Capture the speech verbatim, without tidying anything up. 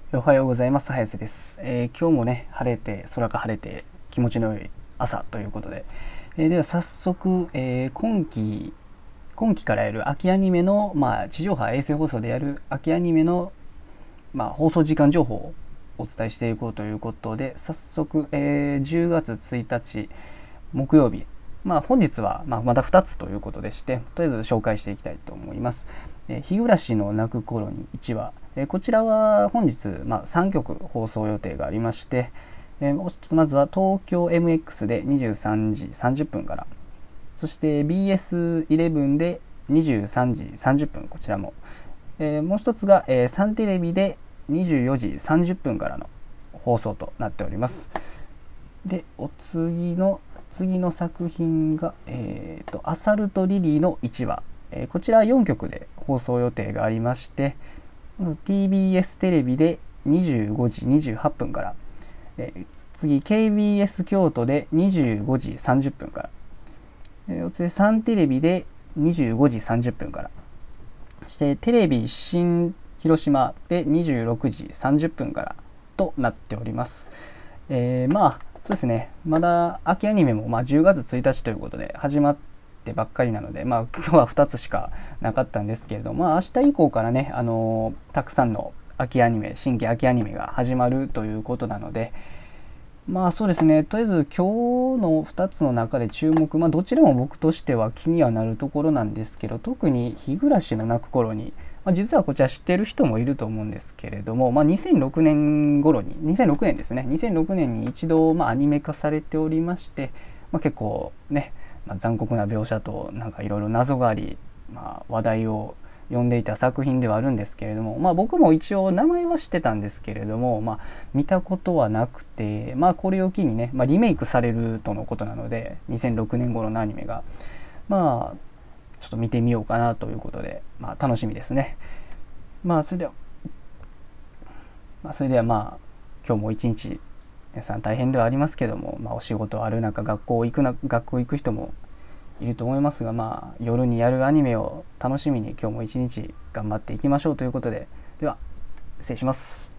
おはようございます。早瀬です。えー今日もね、晴れて、空が晴れて気持ちの良い朝ということで、えーでは早速、えー今期、今期からやる秋アニメの、まあ、地上波衛星放送でやる秋アニメの、まあ、放送時間情報をお伝えしていこうということで、早速、えーじゅうがつついたち木曜日、まあ、本日は、まあ、またふたつということでして、とりあえず紹介していきたいと思います。えー日暮らしの泣く頃にいちわ、えーこちらは本日、まあ、さんきょく放送予定がありまして、えーまずは東京 エムエックス でにじゅうさんじさんじゅっぷんから、そして ビーエスイレブン でにじゅうさんじさんじゅっぷん、こちらも、えーもう一つが、えーサンテレビでにじゅうよじさんじゅっぷんからの放送となっております。で、お次の次の作品が、えーと、アサルトリリーのいちわ、えーこちらよんきょくで放送予定がありまして、まず ティービーエス テレビでにじゅうごじにじゅうはっぷんから、えー次 ケービーエス 京都でにじゅうごじさんじゅっぷんから、えーお次サンテレビでにじゅうごじさんじゅっぷんから、そしてテレビ新広島でにじゅうろくじさんじゅっぷんからとなっております。えー、まあそうですね、まだ秋アニメもまあじゅうがつついたちということで始まってばっかりなので、まあ、今日はふたつしかなかったんですけれども、まあ、明日以降からね、あのーたくさんの秋アニメ新規秋アニメが始まるということなので、まあそうですね、とりあえず今日のふたつの中で注目、まあどちらも僕としては気にはなるところなんですけど、特に日暮らしの泣く頃に、まあ、実はこちら知ってる人もいると思うんですけれども、まあ、にせんろくねん頃に、にせんろくねんですね、にせんろくねんに一度まあアニメ化されておりまして、まあ、結構ね、まあ、残酷な描写となんかいろいろ謎があり、まあ、話題を読んでいた作品ではあるんですけれども、まあ、僕も一応名前は知ってたんですけれども、まあ、見たことはなくて、まあ、これを機にね、まあ、リメイクされるとのことなのでにせんろくねん頃のアニメがまあちょっと見てみようかなということで、まあ、楽しみですね。まあそれでは、まあ、それではまあ今日も一日皆さん大変ではありますけども、まあ、お仕事ある中学校行くな学校行く人もいると思いますが、まあ、夜にやるアニメを楽しみに今日も一日頑張っていきましょうということで、では失礼します。